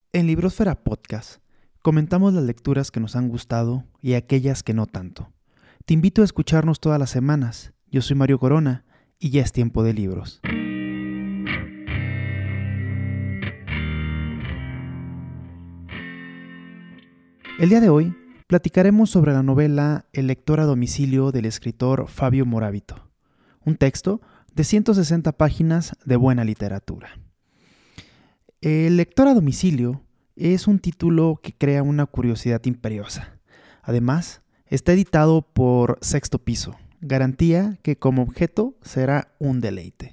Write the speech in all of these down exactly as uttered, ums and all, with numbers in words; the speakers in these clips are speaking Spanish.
En Librosfera Podcast comentamos las lecturas que nos han gustado y aquellas que no tanto. Te invito a escucharnos todas las semanas. Yo soy Mario Corona y ya es tiempo de libros. El día de hoy platicaremos sobre la novela El lector a domicilio del escritor Fabio Moravito, un texto de ciento sesenta páginas de buena literatura. El lector a domicilio es un título que crea una curiosidad imperiosa. Además, está editado por Sexto Piso, garantía que como objeto será un deleite.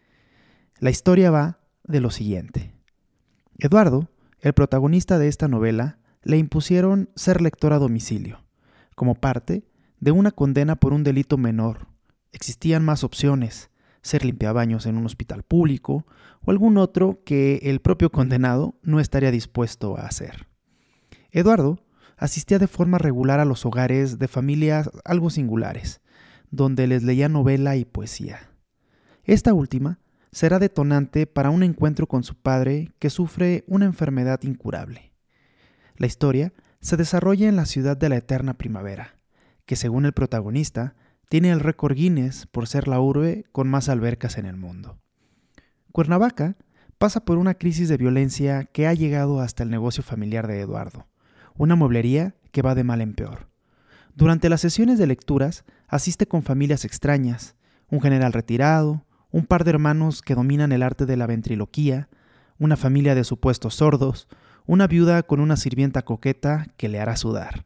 La historia va de lo siguiente. Eduardo, el protagonista de esta novela, le impusieron ser lector a domicilio, como parte de una condena por un delito menor. Existían más opciones, ser limpiabaños en un hospital público o algún otro que el propio condenado no estaría dispuesto a hacer. Eduardo asistía de forma regular a los hogares de familias algo singulares, donde les leía novela y poesía. Esta última será detonante para un encuentro con su padre que sufre una enfermedad incurable. La historia se desarrolla en la ciudad de la eterna primavera, que según el protagonista, tiene el récord Guinness por ser la urbe con más albercas en el mundo. Cuernavaca pasa por una crisis de violencia que ha llegado hasta el negocio familiar de Eduardo, una mueblería que va de mal en peor. Durante las sesiones de lecturas asiste con familias extrañas, un general retirado, un par de hermanos que dominan el arte de la ventriloquía, una familia de supuestos sordos, una viuda con una sirvienta coqueta que le hará sudar.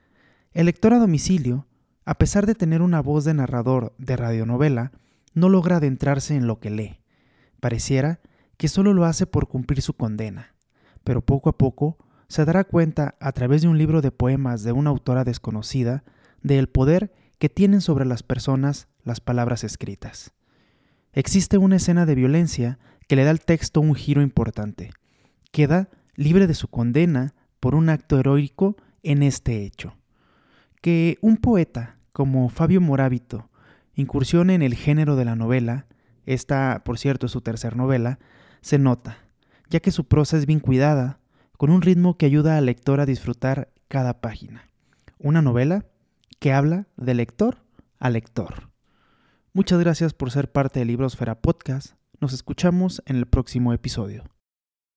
El lector a domicilio, a pesar de tener una voz de narrador de radionovela, no logra adentrarse en lo que lee. Pareciera que solo lo hace por cumplir su condena, pero poco a poco se dará cuenta, a través de un libro de poemas de una autora desconocida, del poder que tienen sobre las personas las palabras escritas. Existe una escena de violencia que le da al texto un giro importante. Queda libre de su condena por un acto heroico en este hecho. Que un poeta como Fabio Moravito incursione en el género de la novela, esta, por cierto, es su tercer novela, se nota, ya que su prosa es bien cuidada, con un ritmo que ayuda al lector a disfrutar cada página. Una novela que habla de lector a lector. Muchas gracias por ser parte de Librosfera Podcast. Nos escuchamos en el próximo episodio.